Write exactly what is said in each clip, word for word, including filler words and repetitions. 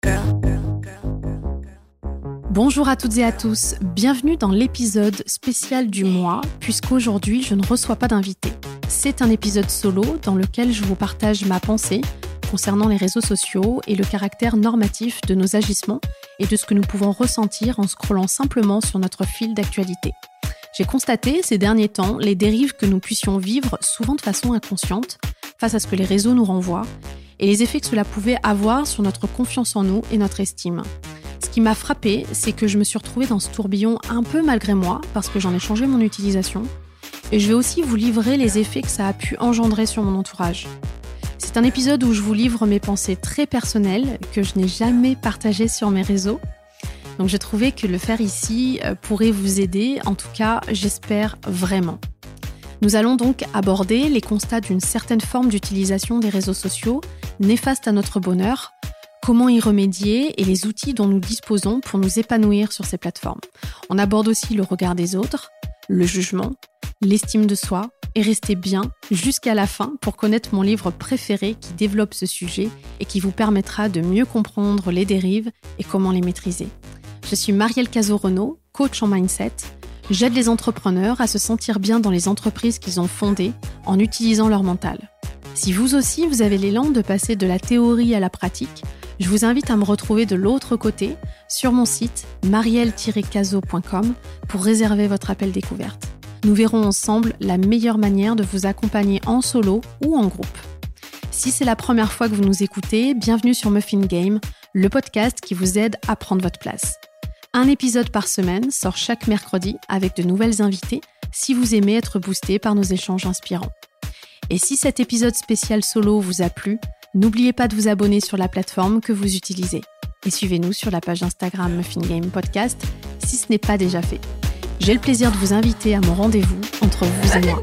Bonjour à toutes et à tous, bienvenue dans l'épisode spécial du mois, puisqu'aujourd'hui je ne reçois pas d'invité. C'est un épisode solo dans lequel je vous partage ma pensée concernant les réseaux sociaux et le caractère normatif de nos agissements et de ce que nous pouvons ressentir en scrollant simplement sur notre fil d'actualité. J'ai constaté ces derniers temps les dérives que nous puissions vivre souvent de façon inconsciente face à ce que les réseaux nous renvoient et les effets que cela pouvait avoir sur notre confiance en nous et notre estime. Ce qui m'a frappée, c'est que je me suis retrouvée dans ce tourbillon un peu malgré moi, parce que j'en ai changé mon utilisation. Et je vais aussi vous livrer les effets que ça a pu engendrer sur mon entourage. C'est un épisode où je vous livre mes pensées très personnelles, que je n'ai jamais partagées sur mes réseaux. Donc j'ai trouvé que le faire ici pourrait vous aider, en tout cas j'espère vraiment. Nous allons donc aborder les constats d'une certaine forme d'utilisation des réseaux sociaux, néfaste à notre bonheur, comment y remédier et les outils dont nous disposons pour nous épanouir sur ces plateformes. On aborde aussi le regard des autres, le jugement, l'estime de soi et restez bien jusqu'à la fin pour connaître mon livre préféré qui développe ce sujet et qui vous permettra de mieux comprendre les dérives et comment les maîtriser. Je suis Marielle Cazot-Renaud, coach en mindset. J'aide les entrepreneurs à se sentir bien dans les entreprises qu'ils ont fondées en utilisant leur mental. Si vous aussi vous avez l'élan de passer de la théorie à la pratique, je vous invite à me retrouver de l'autre côté sur mon site marielle tiret cazot point com pour réserver votre appel découverte. Nous verrons ensemble la meilleure manière de vous accompagner en solo ou en groupe. Si c'est la première fois que vous nous écoutez, bienvenue sur Muffin Game, le podcast qui vous aide à prendre votre place. Un épisode par semaine sort chaque mercredi avec de nouvelles invités si vous aimez être boosté par nos échanges inspirants. Et si cet épisode spécial solo vous a plu, n'oubliez pas de vous abonner sur la plateforme que vous utilisez. Et suivez-nous sur la page Instagram Muffin Game Podcast si ce n'est pas déjà fait. J'ai le plaisir de vous inviter à mon rendez-vous entre vous et moi.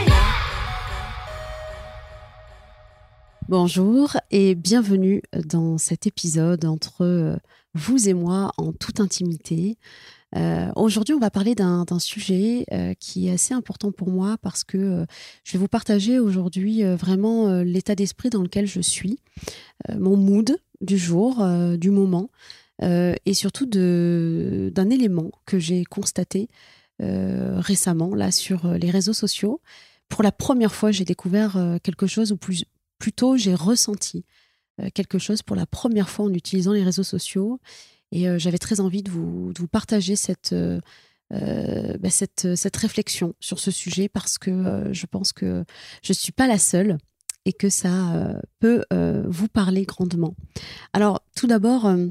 Bonjour et bienvenue dans cet épisode entre vous et moi en toute intimité. Euh, aujourd'hui, on va parler d'un, d'un sujet euh, qui est assez important pour moi parce que euh, je vais vous partager aujourd'hui euh, vraiment euh, l'état d'esprit dans lequel je suis, euh, mon mood du jour, euh, du moment, euh, et surtout de, d'un élément que j'ai constaté euh, récemment là sur les réseaux sociaux. Pour la première fois, j'ai découvert euh, quelque chose, ou plus, plutôt j'ai ressenti euh, quelque chose pour la première fois en utilisant les réseaux sociaux. Et euh, j'avais très envie de vous, de vous partager cette, euh, euh, bah cette, cette réflexion sur ce sujet parce que euh, je pense que je ne suis pas la seule et que ça euh, peut euh, vous parler grandement. Alors, tout d'abord, euh,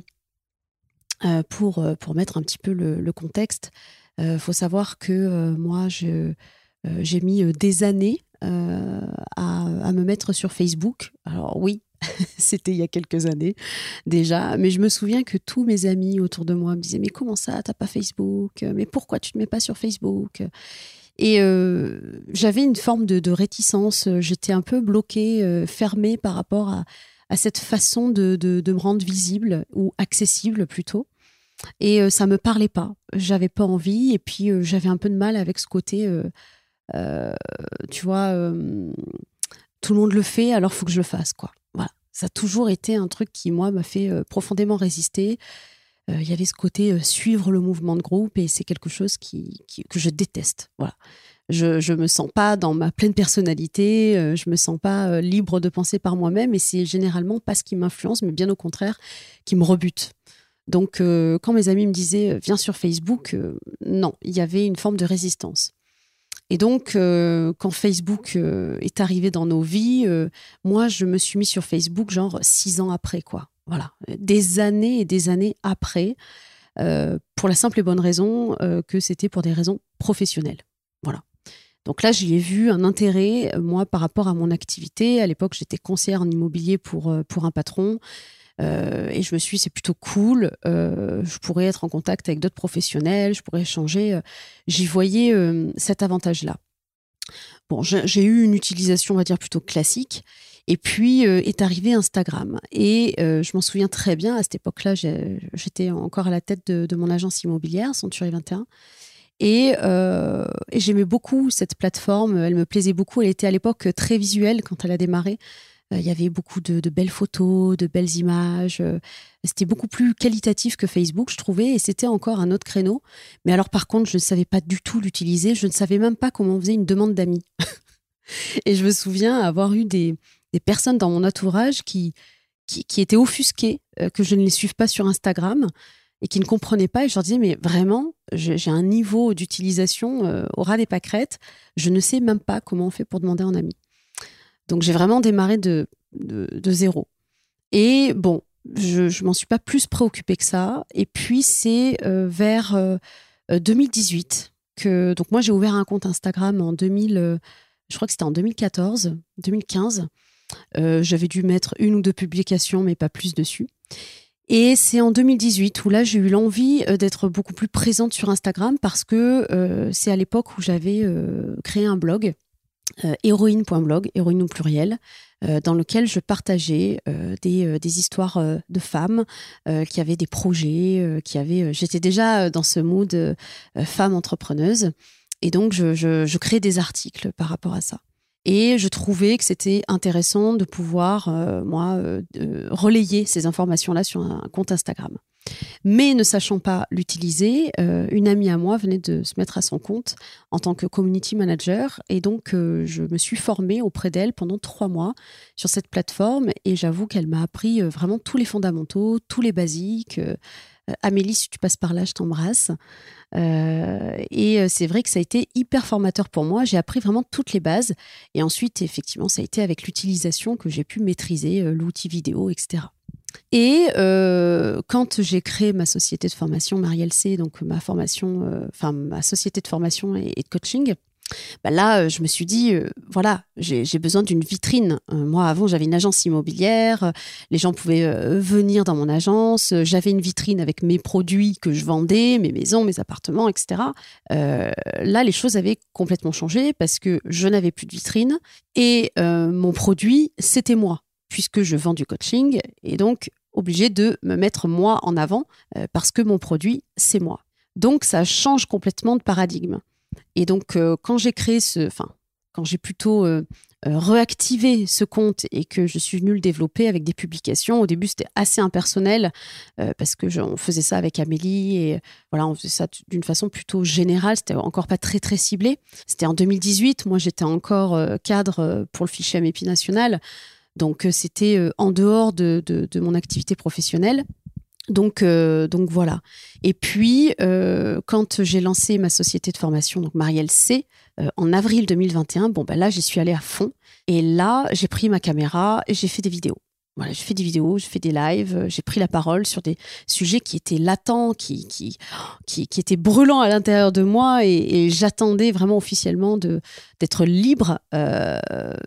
euh, pour, pour mettre un petit peu le, le contexte, il euh, faut savoir que euh, moi, je, euh, j'ai mis des années euh, à, à me mettre sur Facebook. Alors oui, c'était il y a quelques années déjà, mais je me souviens que tous mes amis autour de moi me disaient « Mais comment ça, t'as pas Facebook ? Mais pourquoi tu te mets pas sur Facebook ?» Et euh, j'avais une forme de, de réticence, j'étais un peu bloquée, euh, fermée par rapport à, à cette façon de, de, de me rendre visible, ou accessible plutôt. Et euh, ça me parlait pas, j'avais pas envie, et puis euh, j'avais un peu de mal avec ce côté, euh, euh, tu vois, euh, tout le monde le fait, alors il faut que je le fasse, quoi. Voilà. Ça a toujours été un truc qui, moi, m'a fait euh, profondément résister. Il euh, y avait ce côté euh, suivre le mouvement de groupe et c'est quelque chose qui, qui, que je déteste. Voilà. Je ne me sens pas dans ma pleine personnalité, euh, je ne me sens pas euh, libre de penser par moi-même et c'est généralement pas ce qui m'influence, mais bien au contraire, qui me rebute. Donc, euh, quand mes amis me disaient « Viens sur Facebook euh, », non, il y avait une forme de résistance. Et donc, euh, quand Facebook euh, est arrivé dans nos vies, euh, moi, je me suis mis sur Facebook genre six ans après, quoi. Voilà, des années et des années après, euh, pour la simple et bonne raison euh, que c'était pour des raisons professionnelles. Voilà. Donc là, j'y ai vu un intérêt, moi, par rapport à mon activité. À l'époque, j'étais conseillère en immobilier pour, pour un patron. Euh, et je me suis dit, c'est plutôt cool, euh, je pourrais être en contact avec d'autres professionnels, je pourrais échanger. Euh, j'y voyais euh, cet avantage-là. Bon, j'ai, j'ai eu une utilisation, on va dire, plutôt classique. Et puis euh, est arrivé Instagram. Et euh, je m'en souviens très bien, à cette époque-là, j'ai, j'étais encore à la tête de, de mon agence immobilière, Century vingt et un. Et, euh, et j'aimais beaucoup cette plateforme, elle me plaisait beaucoup. Elle était à l'époque très visuelle quand elle a démarré. Euh, Il y avait beaucoup de, de belles photos, de belles images. Euh, c'était beaucoup plus qualitatif que Facebook, je trouvais, et c'était encore un autre créneau. Mais alors, par contre, je ne savais pas du tout l'utiliser. Je ne savais même pas comment on faisait une demande d'amis. Et je me souviens avoir eu des, des personnes dans mon entourage qui, qui, qui étaient offusquées euh, que je ne les suive pas sur Instagram et qui ne comprenaient pas. Et je leur disais, mais vraiment, j'ai, j'ai un niveau d'utilisation euh, au ras des pâquerettes. Je ne sais même pas comment on fait pour demander un ami. Donc, j'ai vraiment démarré de, de, de zéro. Et bon, je ne m'en suis pas plus préoccupée que ça. Et puis, c'est euh, vers euh, deux mille dix-huit que... Donc, moi, j'ai ouvert un compte Instagram en deux mille... Euh, je crois que c'était en deux mille quatorze, deux mille quinze. Euh, j'avais dû mettre une ou deux publications, mais pas plus dessus. Et c'est en deux mille dix-huit où là, j'ai eu l'envie d'être beaucoup plus présente sur Instagram parce que euh, c'est à l'époque où j'avais euh, créé un blog, euh, héroïne point blog, héroïne au pluriel, euh, dans lequel je partageais euh, des, euh, des histoires euh, de femmes euh, qui avaient des projets, euh, qui avaient... Euh, j'étais déjà dans ce mood euh, femme entrepreneuse. Et donc, je, je, je crée des articles par rapport à ça. Et je trouvais que c'était intéressant de pouvoir, euh, moi, euh, de relayer ces informations-là sur un compte Instagram. Mais ne sachant pas l'utiliser, euh, une amie à moi venait de se mettre à son compte en tant que community manager. Et donc, euh, je me suis formée auprès d'elle pendant trois mois sur cette plateforme. Et j'avoue qu'elle m'a appris euh, vraiment tous les fondamentaux, tous les basiques. Euh, Amélie, si tu passes par là, je t'embrasse. Euh, et c'est vrai que ça a été hyper formateur pour moi. J'ai appris vraiment toutes les bases. Et ensuite, effectivement, ça a été avec l'utilisation que j'ai pu maîtriser euh, l'outil vidéo, et cetera. Et euh, quand j'ai créé ma société de formation, Marielle C, donc ma formation, euh, enfin ma société de formation et, et de coaching, bah là, euh, je me suis dit, euh, voilà, j'ai, j'ai besoin d'une vitrine. Euh, moi, avant, j'avais une agence immobilière. Euh, les gens pouvaient euh, venir dans mon agence. Euh, j'avais une vitrine avec mes produits que je vendais, mes maisons, mes appartements, et cetera. Euh, là, les choses avaient complètement changé parce que je n'avais plus de vitrine et euh, mon produit, c'était moi, puisque je vends du coaching et donc obligée de me mettre moi en avant euh, parce que mon produit, c'est moi. Donc, ça change complètement de paradigme. Et donc, euh, quand j'ai créé ce... Enfin, quand j'ai plutôt euh, euh, réactivé ce compte et que je suis venue le développer avec des publications, au début, c'était assez impersonnel euh, parce que je, on faisait ça avec Amélie et voilà, on faisait ça t- d'une façon plutôt générale. C'était encore pas très, très ciblé. C'était en deux mille dix-huit. Moi, j'étais encore euh, cadre euh, pour le fichier M E P I national. Donc, euh, c'était euh, en dehors de, de, de mon activité professionnelle. Donc, euh, donc voilà. Et puis, euh, quand j'ai lancé ma société de formation, donc Marielle C, euh, en avril deux mille vingt et un, bon, ben là, j'y suis allée à fond. Et là, j'ai pris ma caméra et j'ai fait des vidéos. Voilà, j'ai fait des vidéos, j'ai fait des lives, j'ai pris la parole sur des sujets qui étaient latents, qui, qui, qui, qui étaient brûlants à l'intérieur de moi et, et j'attendais vraiment officiellement de, d'être libre euh,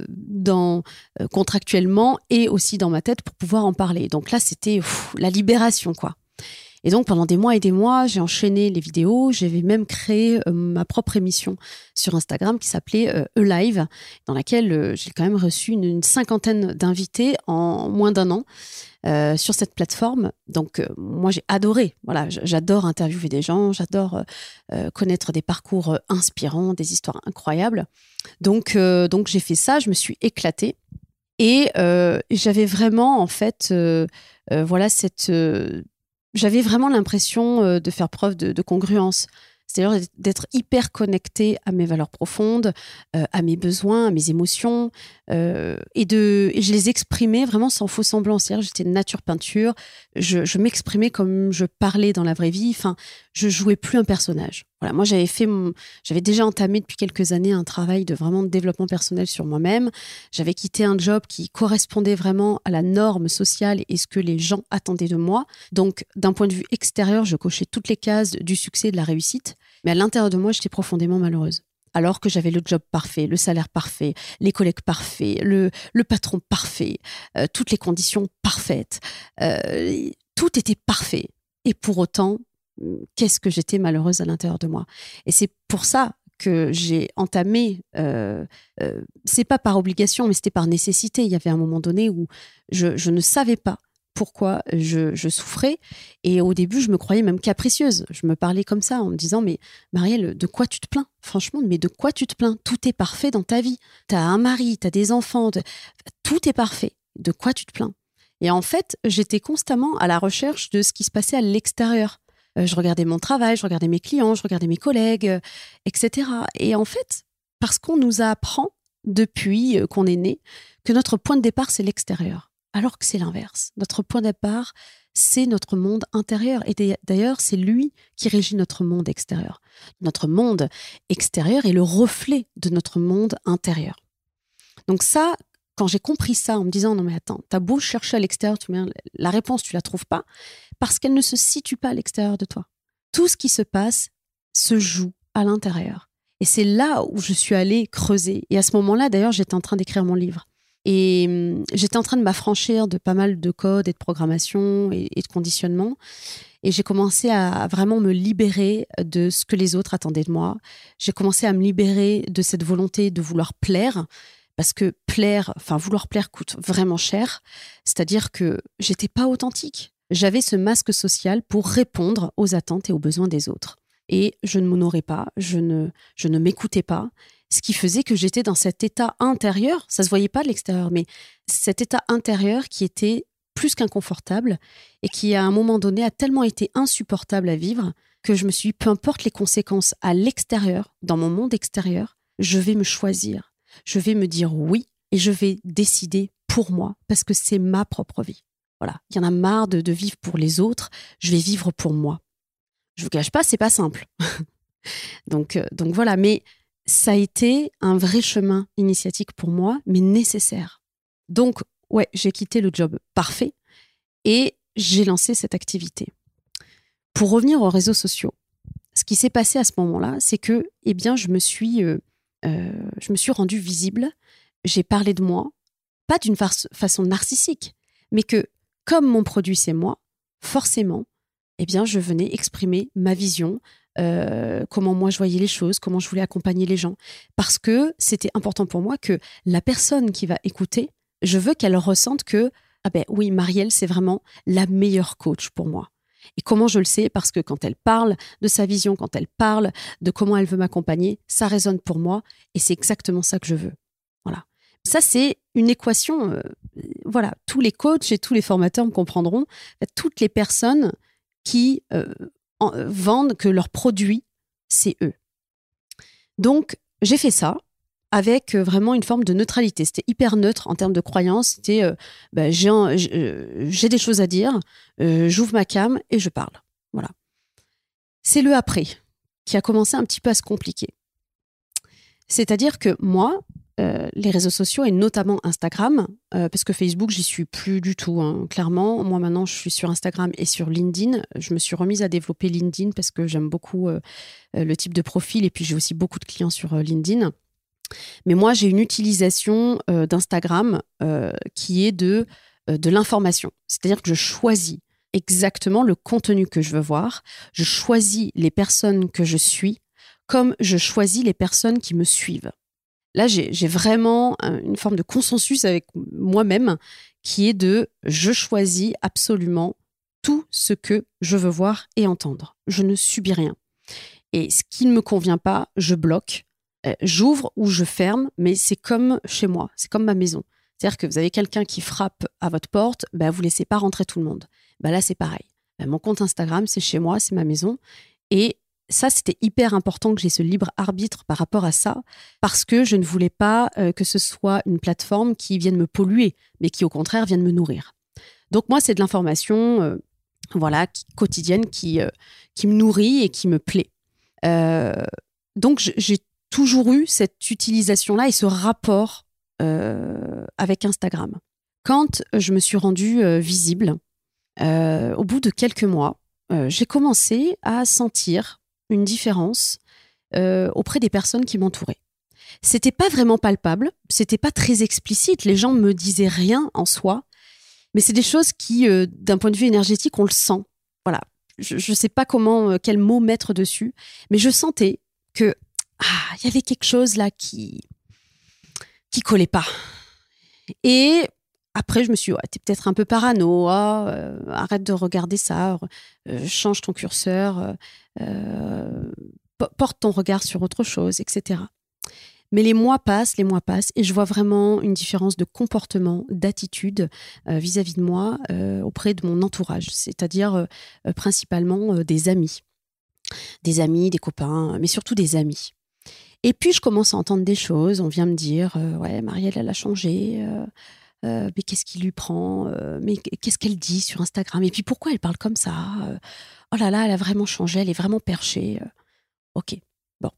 dans, euh, contractuellement et aussi dans ma tête pour pouvoir en parler. Donc là, c'était pff, la libération, quoi. Et donc, pendant des mois et des mois, j'ai enchaîné les vidéos. J'avais même créé euh, ma propre émission sur Instagram qui s'appelait euh, E-Live, dans laquelle euh, j'ai quand même reçu une, une cinquantaine d'invités en moins d'un an euh, sur cette plateforme. Donc, euh, moi, j'ai adoré. Voilà, j'adore interviewer des gens, j'adore euh, connaître des parcours euh, inspirants, des histoires incroyables. Donc, euh, donc, j'ai fait ça, je me suis éclatée. Et euh, j'avais vraiment, en fait, euh, euh, voilà, cette... Euh, j'avais vraiment l'impression euh, de faire preuve de, de congruence. C'est-à-dire d'être hyper connectée à mes valeurs profondes, euh, à mes besoins, à mes émotions. Euh, et, de, et je les exprimais vraiment sans faux semblant. C'est-à-dire j'étais nature peinture. Je, je m'exprimais comme je parlais dans la vraie vie. Enfin, je jouais plus un personnage. Voilà, moi, j'avais fait mon, j'avais déjà entamé depuis quelques années un travail de vraiment de développement personnel sur moi-même. J'avais quitté un job qui correspondait vraiment à la norme sociale et ce que les gens attendaient de moi. Donc, d'un point de vue extérieur, je cochais toutes les cases du succès et de la réussite. Mais à l'intérieur de moi, j'étais profondément malheureuse. Alors que j'avais le job parfait, le salaire parfait, les collègues parfaits, le, le patron parfait, euh, toutes les conditions parfaites. Euh, tout était parfait. Et pour autant, qu'est-ce que j'étais malheureuse à l'intérieur de moi. Et c'est pour ça que j'ai entamé, euh, euh, c'est pas par obligation, mais c'était par nécessité. Il y avait un moment donné où je, je ne savais pas pourquoi je, je souffrais. Et au début, je me croyais même capricieuse. Je me parlais comme ça en me disant, mais Marielle, de quoi tu te plains? Franchement, mais de quoi tu te plains? Tout est parfait dans ta vie. Tu as un mari, tu as des enfants, te- tout est parfait. De quoi tu te plains? Et en fait, j'étais constamment à la recherche de ce qui se passait à l'extérieur. Euh, je regardais mon travail, je regardais mes clients, je regardais mes collègues, euh, et cetera. Et en fait, parce qu'on nous apprend depuis euh, qu'on est né que notre point de départ, c'est l'extérieur. Alors que c'est l'inverse. Notre point de départ, c'est notre monde intérieur. Et d'ailleurs, c'est lui qui régit notre monde extérieur. Notre monde extérieur est le reflet de notre monde intérieur. Donc ça, quand j'ai compris ça en me disant, non mais attends, t'as beau chercher à l'extérieur, tu mets la réponse, tu la trouves pas, parce qu'elle ne se situe pas à l'extérieur de toi. Tout ce qui se passe se joue à l'intérieur. Et c'est là où je suis allée creuser. Et à ce moment-là, d'ailleurs, j'étais en train d'écrire mon livre. Et hum, j'étais en train de m'affranchir de pas mal de codes et de programmation et, et de conditionnement. Et j'ai commencé à vraiment me libérer de ce que les autres attendaient de moi. J'ai commencé à me libérer de cette volonté de vouloir plaire. Parce que plaire, enfin vouloir plaire coûte vraiment cher. C'est-à-dire que j'étais pas authentique. J'avais ce masque social pour répondre aux attentes et aux besoins des autres. Et je ne m'honorais pas, je ne, je ne m'écoutais pas. Ce qui faisait que j'étais dans cet état intérieur, ça se voyait pas de l'extérieur, mais cet état intérieur qui était plus qu'inconfortable et qui, à un moment donné, a tellement été insupportable à vivre que je me suis dit, peu importe les conséquences à l'extérieur, dans mon monde extérieur, je vais me choisir. Je vais me dire oui et je vais décider pour moi parce que c'est ma propre vie. Voilà, il y en a marre de, de vivre pour les autres, je vais vivre pour moi. Je vous cache pas, c'est pas simple. donc, euh, donc voilà, mais ça a été un vrai chemin initiatique pour moi, mais nécessaire. Donc, ouais, j'ai quitté le job parfait et j'ai lancé cette activité. Pour revenir aux réseaux sociaux, ce qui s'est passé à ce moment-là, c'est que, eh bien, je me suis, euh, euh, je me suis rendue visible. J'ai parlé de moi, pas d'une fa- façon narcissique, mais que, comme mon produit c'est moi, forcément, eh bien, je venais exprimer ma vision, euh, comment moi je voyais les choses, comment je voulais accompagner les gens. Parce que c'était important pour moi que la personne qui va écouter, je veux qu'elle ressente que, ah ben oui, Marielle, c'est vraiment la meilleure coach pour moi. Et comment je le sais? Parce que quand elle parle de sa vision, quand elle parle de comment elle veut m'accompagner, ça résonne pour moi et c'est exactement ça que je veux. Voilà. Ça, c'est une équation. Euh, voilà, tous les coachs et tous les formateurs me comprendront. Toutes les personnes qui euh, en, euh, vendent que leur produit, c'est eux. Donc, j'ai fait ça avec euh, vraiment une forme de neutralité. C'était hyper neutre en termes de croyance. C'était, euh, bah, j'ai, un, j'ai, euh, j'ai des choses à dire, euh, j'ouvre ma cam et je parle. Voilà. C'est le après qui a commencé un petit peu à se compliquer. C'est-à-dire que moi, euh, les réseaux sociaux et notamment Instagram, euh, parce que Facebook, j'y suis plus du tout, hein, clairement. Moi, maintenant, je suis sur Instagram et sur LinkedIn. Je me suis remise à développer LinkedIn parce que j'aime beaucoup euh, le type de profil et puis j'ai aussi beaucoup de clients sur euh, LinkedIn. Mais moi, j'ai une utilisation euh, d'Instagram euh, qui est de, euh, de l'information. C'est-à-dire que je choisis exactement le contenu que je veux voir. Je choisis les personnes que je suis comme je choisis les personnes qui me suivent. Là, j'ai, j'ai vraiment une forme de consensus avec moi-même qui est de je choisis absolument tout ce que je veux voir et entendre. Je ne subis rien. Et ce qui ne me convient pas, je bloque. Euh, j'ouvre ou je ferme, mais c'est comme chez moi, c'est comme ma maison. C'est-à-dire que vous avez quelqu'un qui frappe à votre porte, ben vous ne laissez pas rentrer tout le monde. Ben là, c'est pareil. Ben mon compte Instagram, c'est chez moi, c'est ma maison. Et ça, c'était hyper important que j'ai ce libre arbitre par rapport à ça, parce que je ne voulais pas euh, que ce soit une plateforme qui vienne me polluer, mais qui au contraire vienne me nourrir. Donc moi, c'est de l'information euh, voilà, qui, quotidienne qui, euh, qui me nourrit et qui me plaît. Euh, donc j'ai toujours eu cette utilisation-là et ce rapport euh, avec Instagram. Quand je me suis rendue euh, visible, euh, au bout de quelques mois, euh, j'ai commencé à sentir une différence euh, auprès des personnes qui m'entouraient. C'était pas vraiment palpable, c'était pas très explicite, les gens me disaient rien en soi, mais c'est des choses qui, euh, d'un point de vue énergétique, on le sent. Voilà, je ne sais pas comment, euh, quel mot mettre dessus, mais je sentais que ah, il y avait quelque chose là qui qui collait pas. Et après, je me suis dit, ouais, t'es peut-être un peu parano, ah, euh, arrête de regarder ça, euh, change ton curseur, euh, euh, porte ton regard sur autre chose, et cetera. Mais les mois passent, les mois passent, et je vois vraiment une différence de comportement, d'attitude euh, vis-à-vis de moi euh, auprès de mon entourage, c'est-à-dire euh, principalement euh, des amis. Des amis, des copains, mais surtout des amis. Et puis, je commence à entendre des choses. On vient me dire, euh, ouais, Marielle, elle a changé. Euh, euh, mais qu'est-ce qui lui prend euh, Mais qu'est-ce qu'elle dit sur Instagram? Et puis, pourquoi elle parle comme ça? euh, Oh là là, elle a vraiment changé. Elle est vraiment perchée. euh, Ok, bon.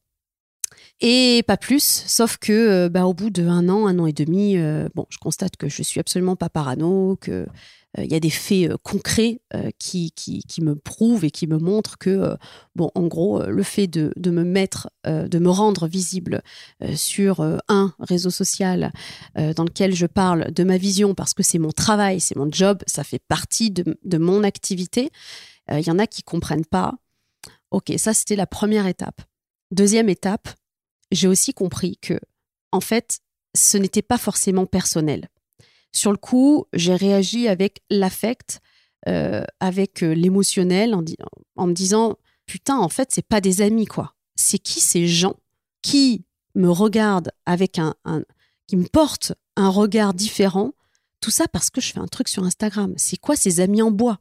Et pas plus, sauf que euh, bah, au bout d'un an, un an et demi, euh, bon, je constate que je suis absolument pas parano, que il euh, y a des faits euh, concrets euh, qui, qui, qui me prouvent et qui me montrent que, euh, bon, en gros, euh, le fait de, de me mettre, euh, de me rendre visible euh, sur euh, un réseau social euh, dans lequel je parle de ma vision parce que c'est mon travail, c'est mon job, ça fait partie de, de mon activité, il euh, y en a qui comprennent pas. Ok, ça, c'était la première étape. Deuxième étape, j'ai aussi compris que, en fait, ce n'était pas forcément personnel. Sur le coup, j'ai réagi avec l'affect, euh, avec euh, l'émotionnel, en, di- en me disant « Putain, en fait, c'est pas des amis, quoi. C'est qui ces gens qui me regardent avec un, un... qui me portent un regard différent, tout ça parce que je fais un truc sur Instagram. C'est quoi ces amis en bois ?»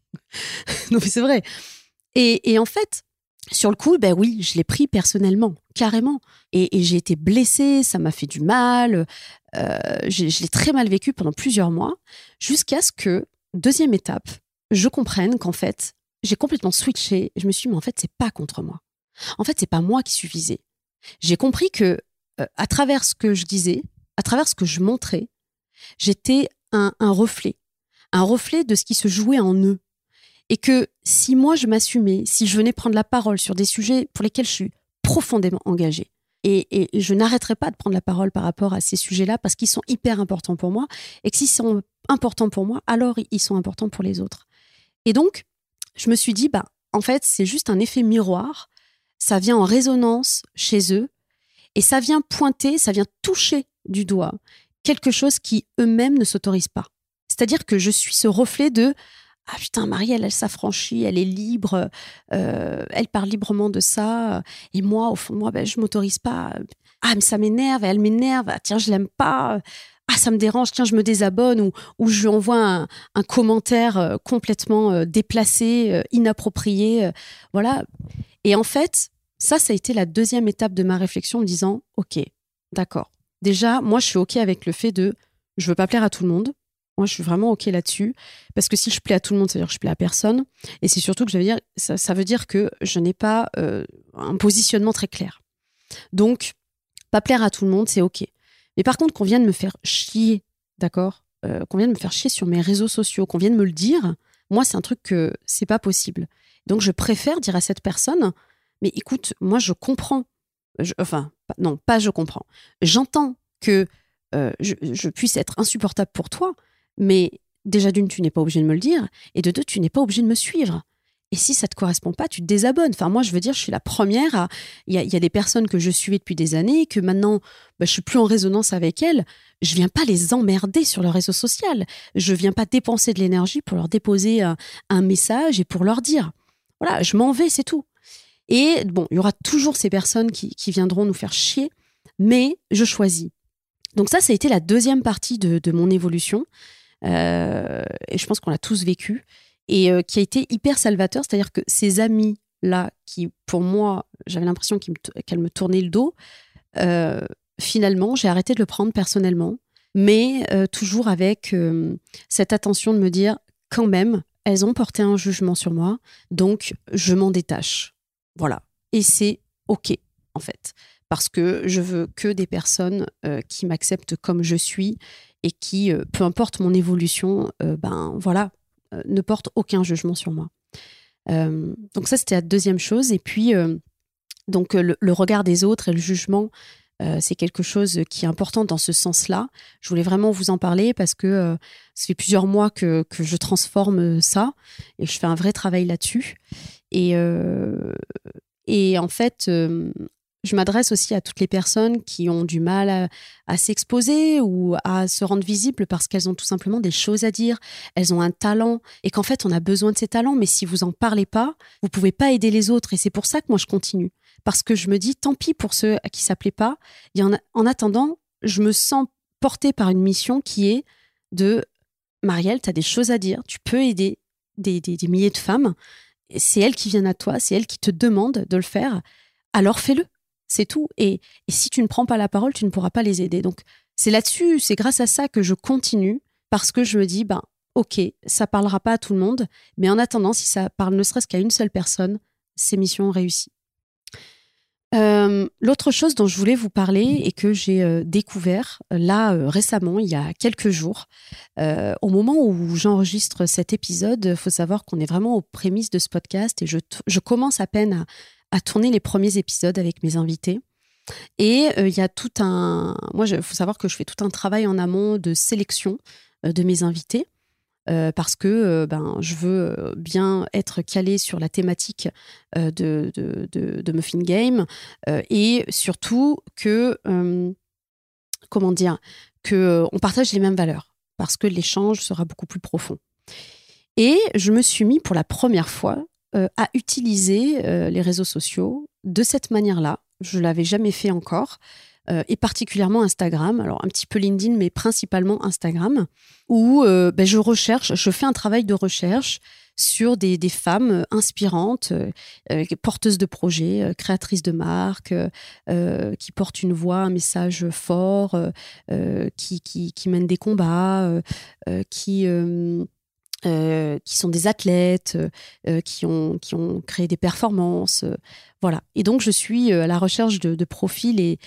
Non, mais c'est vrai. Et, et en fait, sur le coup, ben oui, je l'ai pris personnellement, carrément. Et, et j'ai été blessée, ça m'a fait du mal. Euh, j'ai- je l'ai très mal vécu pendant plusieurs mois, jusqu'à ce que, deuxième étape, je comprenne qu'en fait, j'ai complètement switché. Je me suis dit, mais en fait, c'est pas contre moi. En fait, c'est pas moi qui suis visée. J'ai compris que, euh, à travers ce que je disais, à travers ce que je montrais, j'étais un, un reflet. Un reflet de ce qui se jouait en eux. Et que si moi je m'assumais, si je venais prendre la parole sur des sujets pour lesquels je suis profondément engagée, et, et je n'arrêterai pas de prendre la parole par rapport à ces sujets-là parce qu'ils sont hyper importants pour moi, et que s'ils sont importants pour moi, alors ils sont importants pour les autres. Et donc, je me suis dit, bah, en fait, c'est juste un effet miroir, ça vient en résonance chez eux, et ça vient pointer, ça vient toucher du doigt quelque chose qui eux-mêmes ne s'autorisent pas. C'est-à-dire que je suis ce reflet de « Ah putain, Marielle, elle s'affranchit, elle est libre, euh, elle parle librement de ça. Et moi, au fond de moi, ben, je ne m'autorise pas. Ah, mais ça m'énerve, elle m'énerve. Ah, tiens, je l'aime pas. Ah, ça me dérange, tiens, je me désabonne. » Ou, ou je lui envoie un, un commentaire euh, complètement euh, déplacé, euh, inapproprié. euh, voilà. Et en fait, ça, ça a été la deuxième étape de ma réflexion en me disant « Ok, d'accord. Déjà, moi, je suis OK avec le fait de « Je veux pas plaire à tout le monde. » Moi, je suis vraiment OK là-dessus. Parce que si je plais à tout le monde, ça veut dire que je plais à personne. Et c'est surtout que je veux dire, ça, ça veut dire que je n'ai pas euh, un positionnement très clair. Donc, pas plaire à tout le monde, c'est OK. Mais par contre, qu'on vienne me faire chier, d'accord euh, qu'on vienne me faire chier sur mes réseaux sociaux, qu'on vienne me le dire, moi, c'est un truc que c'est pas possible. Donc, je préfère dire à cette personne, mais écoute, moi, je comprends. Je, enfin, pas- non, pas je comprends. J'entends que euh, je, je puisse être insupportable pour toi, mais déjà d'une, tu n'es pas obligé de me le dire, et de deux, tu n'es pas obligé de me suivre. Et si ça te correspond pas, tu te désabonnes. Enfin, moi, je veux dire, je suis la première à... Il y a, il y a des personnes que je suivais depuis des années, que maintenant, bah, je suis plus en résonance avec elles. Je viens pas les emmerder sur leur réseau social. Je viens pas dépenser de l'énergie pour leur déposer un, un message et pour leur dire. Voilà, je m'en vais, c'est tout. Et bon, il y aura toujours ces personnes qui, qui viendront nous faire chier, mais je choisis. Donc ça, ça a été la deuxième partie de, de mon évolution. Euh, et je pense qu'on l'a tous vécu, et euh, qui a été hyper salvateur, c'est-à-dire que ces amis-là, qui pour moi, j'avais l'impression qu'ils me, qu'elles me tournaient le dos, euh, finalement, j'ai arrêté de le prendre personnellement, mais euh, toujours avec euh, cette attention de me dire, quand même, elles ont porté un jugement sur moi, donc je m'en détache. Voilà. Et c'est OK, en fait, parce que je veux que des personnes euh, qui m'acceptent comme je suis, et qui, euh, peu importe mon évolution, euh, ben voilà, euh, ne portent aucun jugement sur moi. Euh, donc ça, c'était la deuxième chose. Et puis, euh, donc le, le regard des autres et le jugement, euh, c'est quelque chose qui est important dans ce sens-là. Je voulais vraiment vous en parler parce que euh, ça fait plusieurs mois que, que je transforme ça, et je fais un vrai travail là-dessus. Et, euh, et en fait, euh, Je m'adresse aussi à toutes les personnes qui ont du mal à, à s'exposer ou à se rendre visibles parce qu'elles ont tout simplement des choses à dire. Elles ont un talent et qu'en fait, on a besoin de ces talents. Mais si vous en parlez pas, vous pouvez pas aider les autres. Et c'est pour ça que moi, je continue. Parce que je me dis, tant pis pour ceux à qui ça plaît pas. Il y en, a, en attendant, je me sens portée par une mission qui est de Marielle, tu as des choses à dire. Tu peux aider des, des, des milliers de femmes. C'est elles qui viennent à toi. C'est elles qui te demandent de le faire. Alors fais-le. C'est tout. Et, et si tu ne prends pas la parole, tu ne pourras pas les aider. Donc, c'est là-dessus, c'est grâce à ça que je continue parce que je me dis, ben, ok, ça parlera pas à tout le monde, mais en attendant, si ça parle ne serait-ce qu'à une seule personne, c'est mission réussie. Euh, l'autre chose dont je voulais vous parler et que j'ai euh, découvert là euh, récemment, il y a quelques jours, euh, au moment où j'enregistre cet épisode, il faut savoir qu'on est vraiment aux prémices de ce podcast et je, t- je commence à peine à à tourner les premiers épisodes avec mes invités. Et il euh, y a tout un... Moi, il faut savoir que je fais tout un travail en amont de sélection euh, de mes invités euh, parce que euh, ben, je veux bien être calée sur la thématique euh, de, de, de, de Muffin Game euh, et surtout que, euh, comment dire, qu'on partage les mêmes valeurs parce que l'échange sera beaucoup plus profond. Et je me suis mis pour la première fois Euh, à utiliser euh, les réseaux sociaux de cette manière-là. Je ne l'avais jamais fait encore, euh, et particulièrement Instagram, alors un petit peu LinkedIn, mais principalement Instagram, où euh, ben, je recherche, je fais un travail de recherche sur des, des femmes inspirantes, euh, porteuses de projets, euh, créatrices de marques, euh, qui portent une voix, un message fort, euh, qui, qui, qui mènent des combats, euh, qui... Euh, Euh, qui sont des athlètes, euh, qui, ont, qui ont créé des performances. Euh, voilà. Et donc, je suis à la recherche de, de profils et,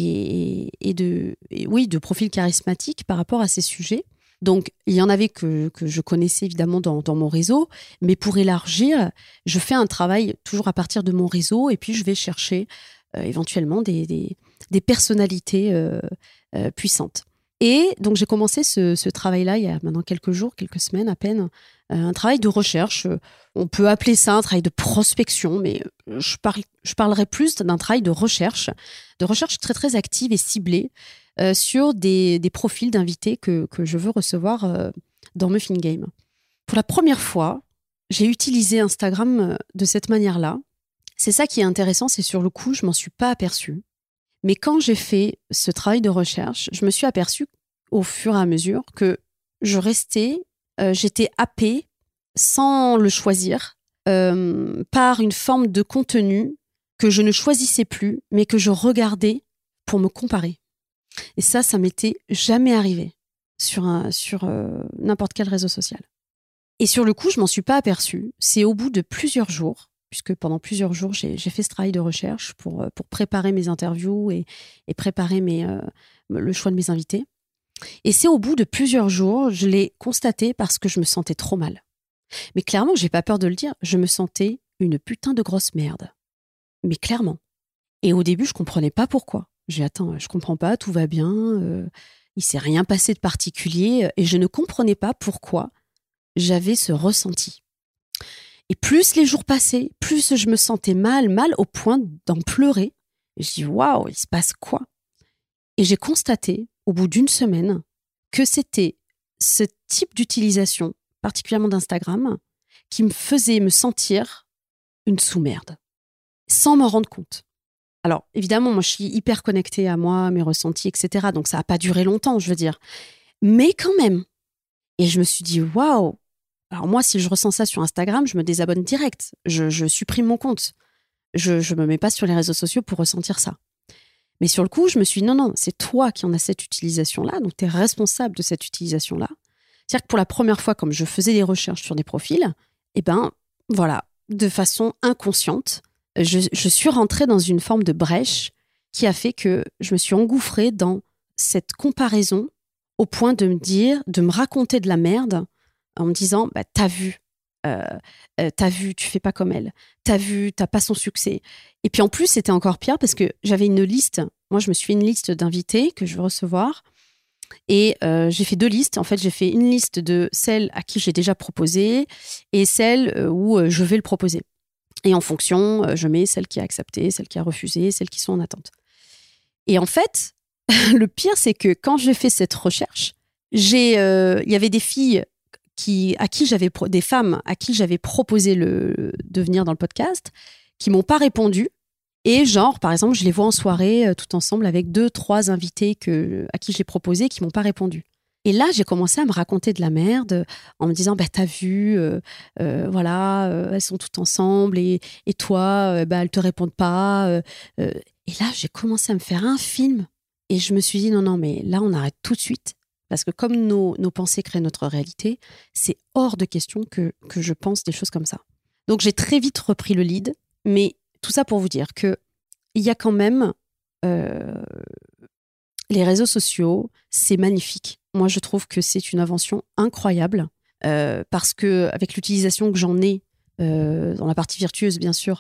et, et, de, et oui, de profils charismatiques par rapport à ces sujets. Donc, il y en avait que, que je connaissais évidemment dans, dans mon réseau, mais pour élargir, je fais un travail toujours à partir de mon réseau et puis je vais chercher euh, éventuellement des, des, des personnalités euh, euh, puissantes. Et donc, j'ai commencé ce, ce travail-là il y a maintenant quelques jours, quelques semaines à peine, euh, un travail de recherche. On peut appeler ça un travail de prospection, mais je, parle, je parlerai plus d'un travail de recherche, de recherche très, très active et ciblée euh, sur des, des profils d'invités que, que je veux recevoir euh, dans Muffin Game. Pour la première fois, j'ai utilisé Instagram de cette manière-là. C'est ça qui est intéressant, c'est sur le coup, je m'en suis pas aperçue. Mais quand j'ai fait ce travail de recherche, je me suis aperçue au fur et à mesure que je restais, euh, j'étais happée sans le choisir euh, par une forme de contenu que je ne choisissais plus, mais que je regardais pour me comparer. Et ça, ça m'était jamais arrivé sur, un, sur euh, n'importe quel réseau social. Et sur le coup, je m'en suis pas aperçue. C'est au bout de plusieurs jours, puisque pendant plusieurs jours, j'ai, j'ai fait ce travail de recherche pour, pour préparer mes interviews et, et préparer mes, euh, le choix de mes invités. Et c'est au bout de plusieurs jours, je l'ai constaté parce que je me sentais trop mal. Mais clairement, j'ai pas peur de le dire, je me sentais une putain de grosse merde. Mais clairement. Et au début, je comprenais pas pourquoi. J'ai dit, attends, je comprends pas, tout va bien, euh, il s'est rien passé de particulier, et je ne comprenais pas pourquoi j'avais ce ressenti. Et plus les jours passaient, plus je me sentais mal, mal au point d'en pleurer. Et je dis, waouh, il se passe quoi? Et j'ai constaté, au bout d'une semaine, que c'était ce type d'utilisation, particulièrement d'Instagram, qui me faisait me sentir une sous-merde, sans m'en rendre compte. Alors, évidemment, moi, je suis hyper connectée à moi, mes ressentis, et cetera. Donc, ça n'a pas duré longtemps, je veux dire. Mais quand même. Et je me suis dit, waouh! Alors moi, si je ressens ça sur Instagram, je me désabonne direct. Je, je supprime mon compte. Je ne me mets pas sur les réseaux sociaux pour ressentir ça. Mais sur le coup, je me suis dit, non, non, c'est toi qui en as cette utilisation-là, donc tu es responsable de cette utilisation-là. C'est-à-dire que pour la première fois, comme je faisais des recherches sur des profils, eh ben, voilà, de façon inconsciente, je, je suis rentrée dans une forme de brèche qui a fait que je me suis engouffrée dans cette comparaison au point de me dire, de me raconter de la merde en me disant, bah, t'as vu, euh, euh, t'as vu, tu fais pas comme elle, t'as vu, t'as pas son succès. Et puis en plus, c'était encore pire parce que j'avais une liste, moi je me suis fait une liste d'invités que je veux recevoir et euh, j'ai fait deux listes. En fait, j'ai fait une liste de celles à qui j'ai déjà proposé et celles où euh, je vais le proposer. Et en fonction, euh, je mets celle qui a accepté, celle qui a refusé, celles qui sont en attente. Et en fait, le pire, c'est que quand j'ai fait cette recherche, j'ai, euh, il y avait des filles qui, à qui j'avais, pro- des femmes à qui j'avais proposé le, de venir dans le podcast, qui m'ont pas répondu. Et genre, par exemple, je les vois en soirée euh, tout ensemble avec deux, trois invités que, à qui j'ai proposé qui m'ont pas répondu. Et là, j'ai commencé à me raconter de la merde en me disant, bah, t'as vu, euh, euh, voilà, euh, elles sont toutes ensemble et, et toi, euh, bah, elles te répondent pas. euh, euh. Et là, j'ai commencé à me faire un film et je me suis dit, non, non, mais là, on arrête tout de suite. Parce que comme nos, nos pensées créent notre réalité, c'est hors de question que, que je pense des choses comme ça. Donc, j'ai très vite repris le lead, mais tout ça pour vous dire qu'il y a quand même... Euh, les réseaux sociaux, c'est magnifique. Moi, je trouve que c'est une invention incroyable euh, parce que avec l'utilisation que j'en ai euh, dans la partie virtueuse, bien sûr,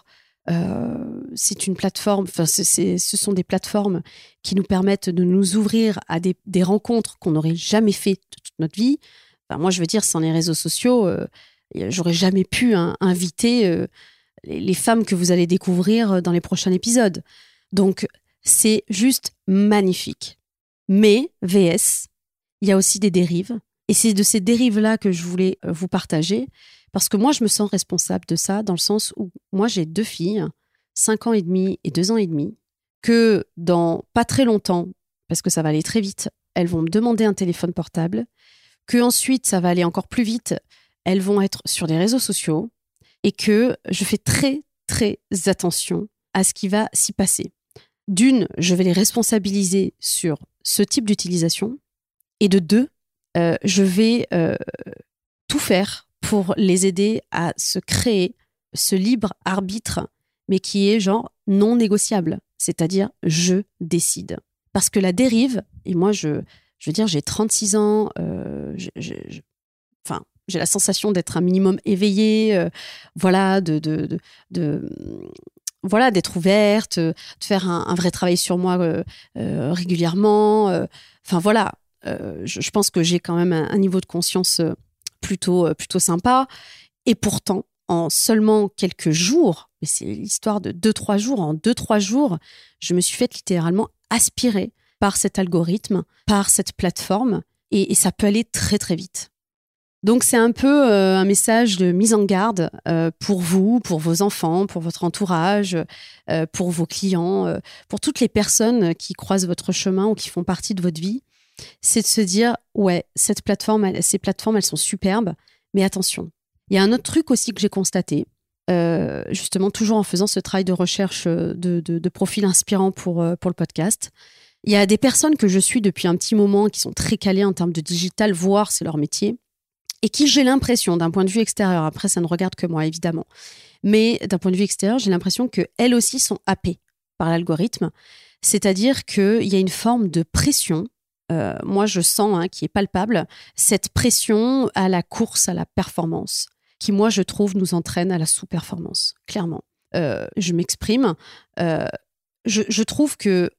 euh, c'est une plateforme. Enfin, c'est, c'est, ce sont des plateformes qui nous permettent de nous ouvrir à des, des rencontres qu'on n'aurait jamais fait de toute notre vie. Enfin, moi, je veux dire, sans les réseaux sociaux, euh, j'aurais jamais pu hein, inviter euh, les, les femmes que vous allez découvrir dans les prochains épisodes. Donc, c'est juste magnifique. Mais, V S, il y a aussi des dérives. Et c'est de ces dérives-là que je voulais vous partager. Parce que moi, je me sens responsable de ça, dans le sens où moi, j'ai deux filles, cinq ans et demi et deux ans et demi, que dans pas très longtemps, parce que ça va aller très vite, elles vont me demander un téléphone portable, que ensuite, ça va aller encore plus vite, elles vont être sur les réseaux sociaux, et que je fais très, très attention à ce qui va s'y passer. D'une, je vais les responsabiliser sur ce type d'utilisation. Et de deux, euh, je vais euh, tout faire pour les aider à se créer ce libre arbitre, mais qui est genre non négociable. C'est-à-dire, je décide. Parce que la dérive, et moi, je, je veux dire, j'ai trente-six ans, euh, je, je, je, enfin, j'ai la sensation d'être un minimum éveillée, euh, voilà, de... de, de, de voilà, d'être ouverte, de faire un, un vrai travail sur moi euh, euh, régulièrement. Euh, enfin, voilà, euh, je, je pense que j'ai quand même un, un niveau de conscience euh, plutôt, euh, plutôt sympa. Et pourtant, en seulement quelques jours, mais c'est l'histoire de deux, trois jours, en deux, trois jours, je me suis faite littéralement aspirer par cet algorithme, par cette plateforme. Et, et ça peut aller très, très vite. Donc, c'est un peu euh, un message de mise en garde euh, pour vous, pour vos enfants, pour votre entourage, euh, pour vos clients, euh, pour toutes les personnes qui croisent votre chemin ou qui font partie de votre vie. C'est de se dire, ouais, cette plateforme, elle, ces plateformes, elles sont superbes, mais attention. Il y a un autre truc aussi que j'ai constaté, euh, justement, toujours en faisant ce travail de recherche de, de, de profils inspirants pour, pour le podcast. Il y a des personnes que je suis depuis un petit moment qui sont très calées en termes de digital, voire c'est leur métier, et qui, j'ai l'impression, d'un point de vue extérieur, après ça ne regarde que moi évidemment, mais d'un point de vue extérieur, j'ai l'impression qu'elles aussi sont happées par l'algorithme, c'est-à-dire qu'il y a une forme de pression, euh, moi je sens, hein, qui est palpable, cette pression à la course, à la performance, qui moi je trouve nous entraîne à la sous-performance, clairement. Euh, je m'exprime, euh, je, je trouve que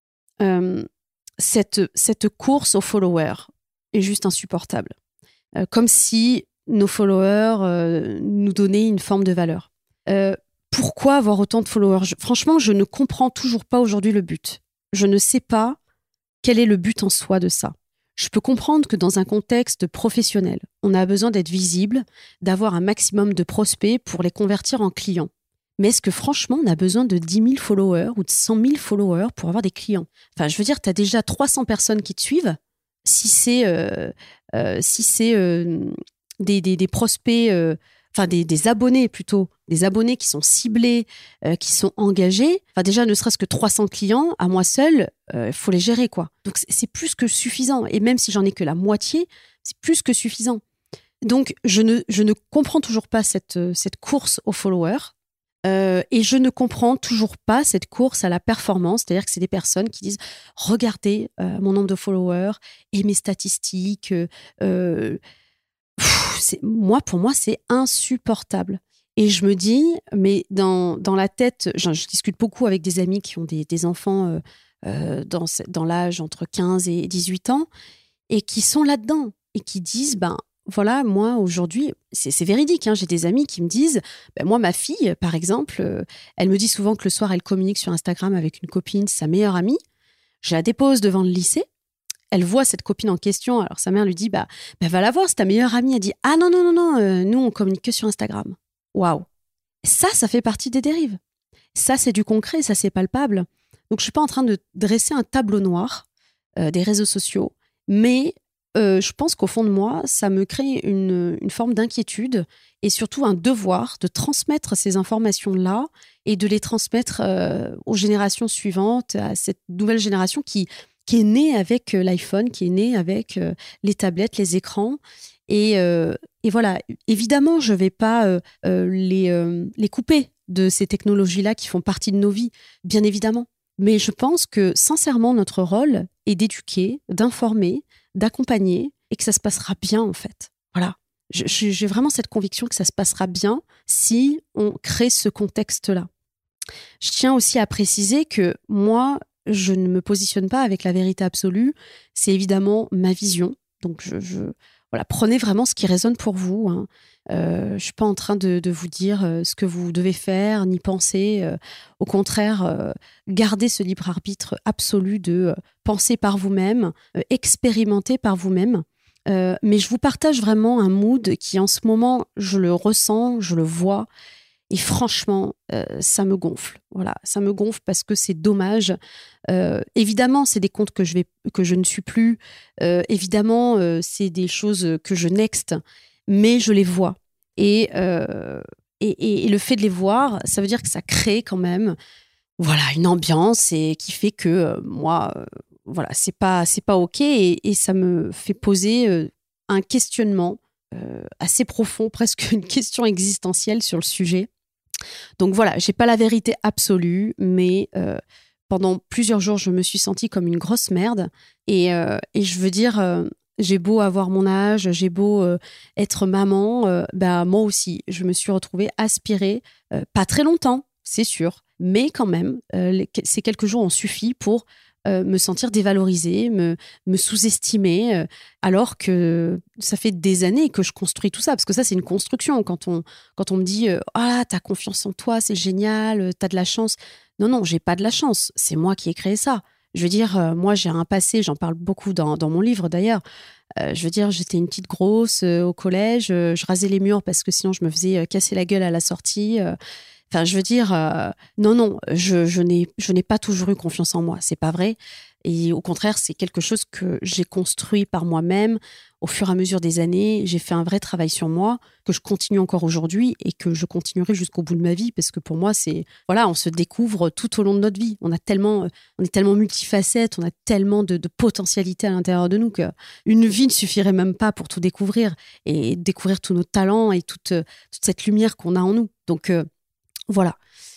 euh, cette, cette course aux followers est juste insupportable. Euh, comme si nos followers euh, nous donnaient une forme de valeur. Euh, pourquoi avoir autant de followers ? je, Franchement, je ne comprends toujours pas aujourd'hui le but. Je ne sais pas quel est le but en soi de ça. Je peux comprendre que dans un contexte professionnel, on a besoin d'être visible, d'avoir un maximum de prospects pour les convertir en clients. Mais est-ce que franchement, on a besoin de dix mille followers ou de cent mille followers pour avoir des clients ? Enfin, je veux dire, tu as déjà trois cents personnes qui te suivent. Si c'est, euh, euh, si c'est euh, des, des, des prospects, euh, enfin des, des abonnés plutôt, des abonnés qui sont ciblés, euh, qui sont engagés, enfin déjà ne serait-ce que trois cents clients, à moi seule, il euh, faut les gérer quoi. Donc c'est, c'est plus que suffisant. Et même si j'en ai que la moitié, c'est plus que suffisant. Donc je ne, je ne comprends toujours pas cette, cette course aux followers. Euh, et je ne comprends toujours pas cette course à la performance, c'est-à-dire que c'est des personnes qui disent « Regardez euh, mon nombre de followers et mes statistiques. Euh, pff, c'est, » moi, pour moi, c'est insupportable. Et je me dis, mais dans, dans la tête, je, je discute beaucoup avec des amis qui ont des, des enfants euh, euh, dans, dans l'âge entre quinze et dix-huit ans et qui sont là-dedans et qui disent ben, voilà, moi, aujourd'hui, c'est, c'est véridique, hein, j'ai des amis qui me disent, ben, moi, ma fille, par exemple, euh, elle me dit souvent que le soir, elle communique sur Instagram avec une copine, sa meilleure amie. Je la dépose devant le lycée. Elle voit cette copine en question. Alors, sa mère lui dit, bah, bah va la voir, c'est ta meilleure amie. Elle dit, ah non, non, non, non, euh, nous, on communique que sur Instagram. Waouh. Ça, ça fait partie des dérives. Ça, c'est du concret, ça, c'est palpable. Donc, je suis pas en train de dresser un tableau noir euh, des réseaux sociaux, mais euh, je pense qu'au fond de moi, ça me crée une, une forme d'inquiétude et surtout un devoir de transmettre ces informations-là et de les transmettre euh, aux générations suivantes, à cette nouvelle génération qui, qui est née avec euh, l'iPhone, qui est née avec euh, les tablettes, les écrans. Et, euh, et voilà, évidemment, je ne vais pas euh, euh, les, euh, les couper de ces technologies-là qui font partie de nos vies, bien évidemment. Mais je pense que, sincèrement, notre rôle est d'éduquer, d'informer, d'accompagner et que ça se passera bien, en fait. Voilà. Je, je, j'ai vraiment cette conviction que ça se passera bien si on crée ce contexte-là. Je tiens aussi à préciser que moi, je ne me positionne pas avec la vérité absolue. C'est évidemment ma vision. Donc, je... je Voilà, prenez vraiment ce qui résonne pour vous. Hein. Euh, je ne suis pas en train de, de vous dire euh, ce que vous devez faire, ni penser. Euh, au contraire, euh, gardez ce libre arbitre absolu de euh, penser par vous-même, euh, expérimenter par vous-même. Euh, mais je vous partage vraiment un mood qui, en ce moment, je le ressens, je le vois. Et franchement, euh, ça me gonfle. Voilà, ça me gonfle parce que c'est dommage. Euh, évidemment, c'est des comptes que je vais, que je ne suis plus. Euh, évidemment, euh, c'est des choses que je next, mais je les vois. Et, euh, et, et, et le fait de les voir, ça veut dire que ça crée quand même, voilà, une ambiance et qui fait que euh, moi, euh, voilà, c'est pas, c'est pas ok et, et ça me fait poser euh, un questionnement euh, assez profond, presque une question existentielle sur le sujet. Donc voilà, j'ai pas la vérité absolue, mais euh, pendant plusieurs jours, je me suis sentie comme une grosse merde. Et, euh, et je veux dire, euh, j'ai beau avoir mon âge, j'ai beau euh, être maman, euh, bah, moi aussi, je me suis retrouvée aspirée, euh, pas très longtemps, c'est sûr, mais quand même, euh, les, ces quelques jours ont suffi pour euh, me sentir dévalorisée, me, me sous-estimer, euh, alors que ça fait des années que je construis tout ça, parce que ça, c'est une construction. Quand on, quand on me dit euh, « Ah, t'as confiance en toi, c'est génial, t'as de la chance », non, non, j'ai pas de la chance, c'est moi qui ai créé ça. Je veux dire, euh, moi, j'ai un passé, j'en parle beaucoup dans, dans mon livre d'ailleurs. Euh, je veux dire, j'étais une petite grosse euh, au collège, euh, je rasais les murs parce que sinon je me faisais euh, casser la gueule à la sortie. Euh, Enfin, je veux dire, euh, non, non, je, je, n'ai, je n'ai pas toujours eu confiance en moi, c'est pas vrai. Et au contraire, c'est quelque chose que j'ai construit par moi-même au fur et à mesure des années. J'ai fait un vrai travail sur moi, que je continue encore aujourd'hui et que je continuerai jusqu'au bout de ma vie, parce que pour moi, c'est, voilà, on se découvre tout au long de notre vie. On a tellement, on est tellement multifacette, on a tellement de, de potentialités à l'intérieur de nous qu'une vie ne suffirait même pas pour tout découvrir et découvrir tous nos talents et toute, toute cette lumière qu'on a en nous. Donc, euh, Voilà.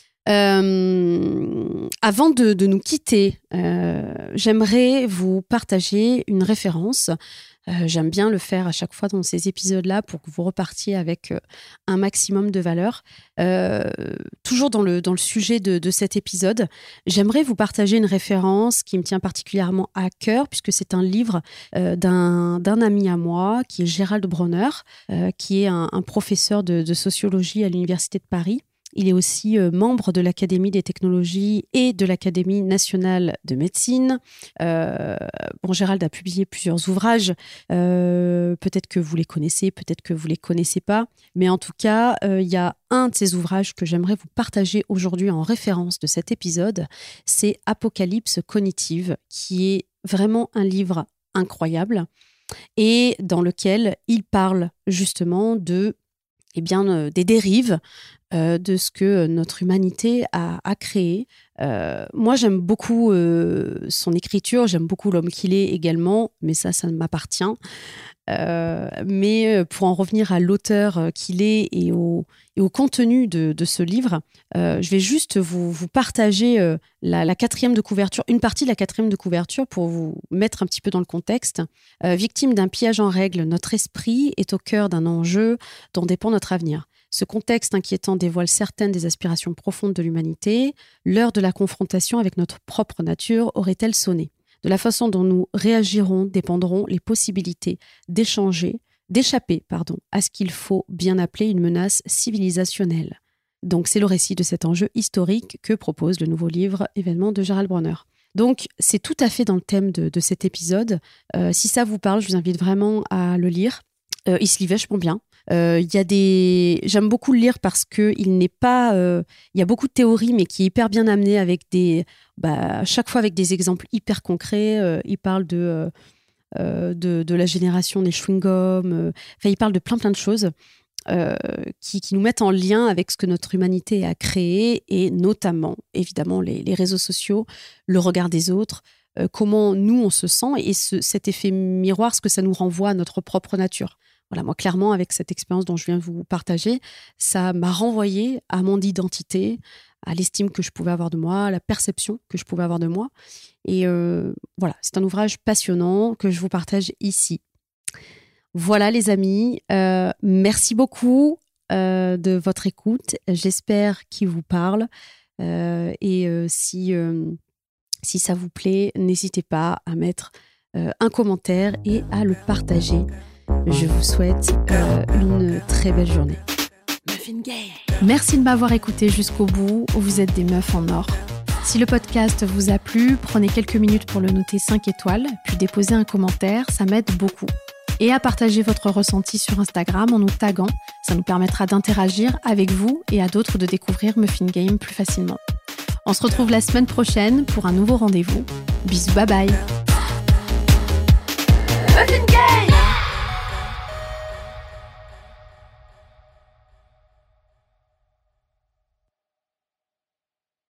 Euh, avant de, de nous quitter, euh, j'aimerais vous partager une référence. Euh, j'aime bien le faire à chaque fois dans ces épisodes-là pour que vous repartiez avec euh, un maximum de valeur. Euh, toujours dans le, dans le sujet de, de cet épisode, j'aimerais vous partager une référence qui me tient particulièrement à cœur, puisque c'est un livre euh, d'un, d'un ami à moi, qui est Gérald Bronner, euh, qui est un, un professeur de, de sociologie à l'Université de Paris. Il est aussi euh, membre de l'Académie des technologies et de l'Académie nationale de médecine. Euh, bon, Gérald a publié plusieurs ouvrages. Euh, peut-être que vous les connaissez, peut-être que vous ne les connaissez pas. Mais en tout cas, euh, il y a un de ces ouvrages que j'aimerais vous partager aujourd'hui en référence de cet épisode. C'est Apocalypse cognitive, qui est vraiment un livre incroyable et dans lequel il parle justement de eh bien, euh, des dérives euh, de ce que notre humanité a, a créé. Euh, moi, j'aime beaucoup euh, son écriture, j'aime beaucoup l'homme qu'il est également, mais ça, ça m'appartient. Euh, mais pour en revenir à l'auteur qu'il est et au, et au contenu de, de ce livre, euh, je vais juste vous, vous partager euh, la, la quatrième de couverture, une partie de la quatrième de couverture pour vous mettre un petit peu dans le contexte. Euh, victime d'un pillage en règle, notre esprit est au cœur d'un enjeu dont dépend notre avenir. Ce contexte inquiétant dévoile certaines des aspirations profondes de l'humanité. L'heure de la confrontation avec notre propre nature aurait-elle sonné ? De la façon dont nous réagirons dépendront les possibilités d'échanger, d'échapper pardon, à ce qu'il faut bien appeler une menace civilisationnelle. Donc, c'est le récit de cet enjeu historique que propose le nouveau livre Événements de Gérald Bronner. Donc, c'est tout à fait dans le thème de, de cet épisode. Euh, si ça vous parle, je vous invite vraiment à le lire. Euh, il se lit vachement bien. Euh, y a des... J'aime beaucoup le lire parce qu'il n'est pas... Euh... Il y a beaucoup de théories, mais qui est hyper bien amené avec des... Bah, à chaque fois avec des exemples hyper concrets. Euh, il parle de, euh, de, de la génération des chewing-gums. Euh... Enfin, il parle de plein, plein de choses. Euh, qui, qui nous mettent en lien avec ce que notre humanité a créé et notamment, évidemment, les, les réseaux sociaux, le regard des autres, euh, comment nous, on se sent et ce, cet effet miroir, ce que ça nous renvoie à notre propre nature. Voilà, moi, clairement, avec cette expérience dont je viens de vous partager, ça m'a renvoyé à mon identité, à l'estime que je pouvais avoir de moi, à la perception que je pouvais avoir de moi. Et euh, voilà, c'est un ouvrage passionnant que je vous partage ici. Voilà les amis, euh, merci beaucoup euh, de votre écoute. J'espère qu'il vous parle euh, et euh, si, euh, si ça vous plaît, n'hésitez pas à mettre euh, un commentaire et à le partager. Je vous souhaite euh, une très belle journée. Merci de m'avoir écouté jusqu'au bout. Vous êtes des meufs en or. Si le podcast vous a plu, prenez quelques minutes pour le noter cinq étoiles, puis déposez un commentaire, ça m'aide beaucoup. Et à partager votre ressenti sur Instagram en nous taguant. Ça nous permettra d'interagir avec vous et à d'autres de découvrir Muffin Game plus facilement. On se retrouve la semaine prochaine pour un nouveau rendez-vous. Bisous, bye bye.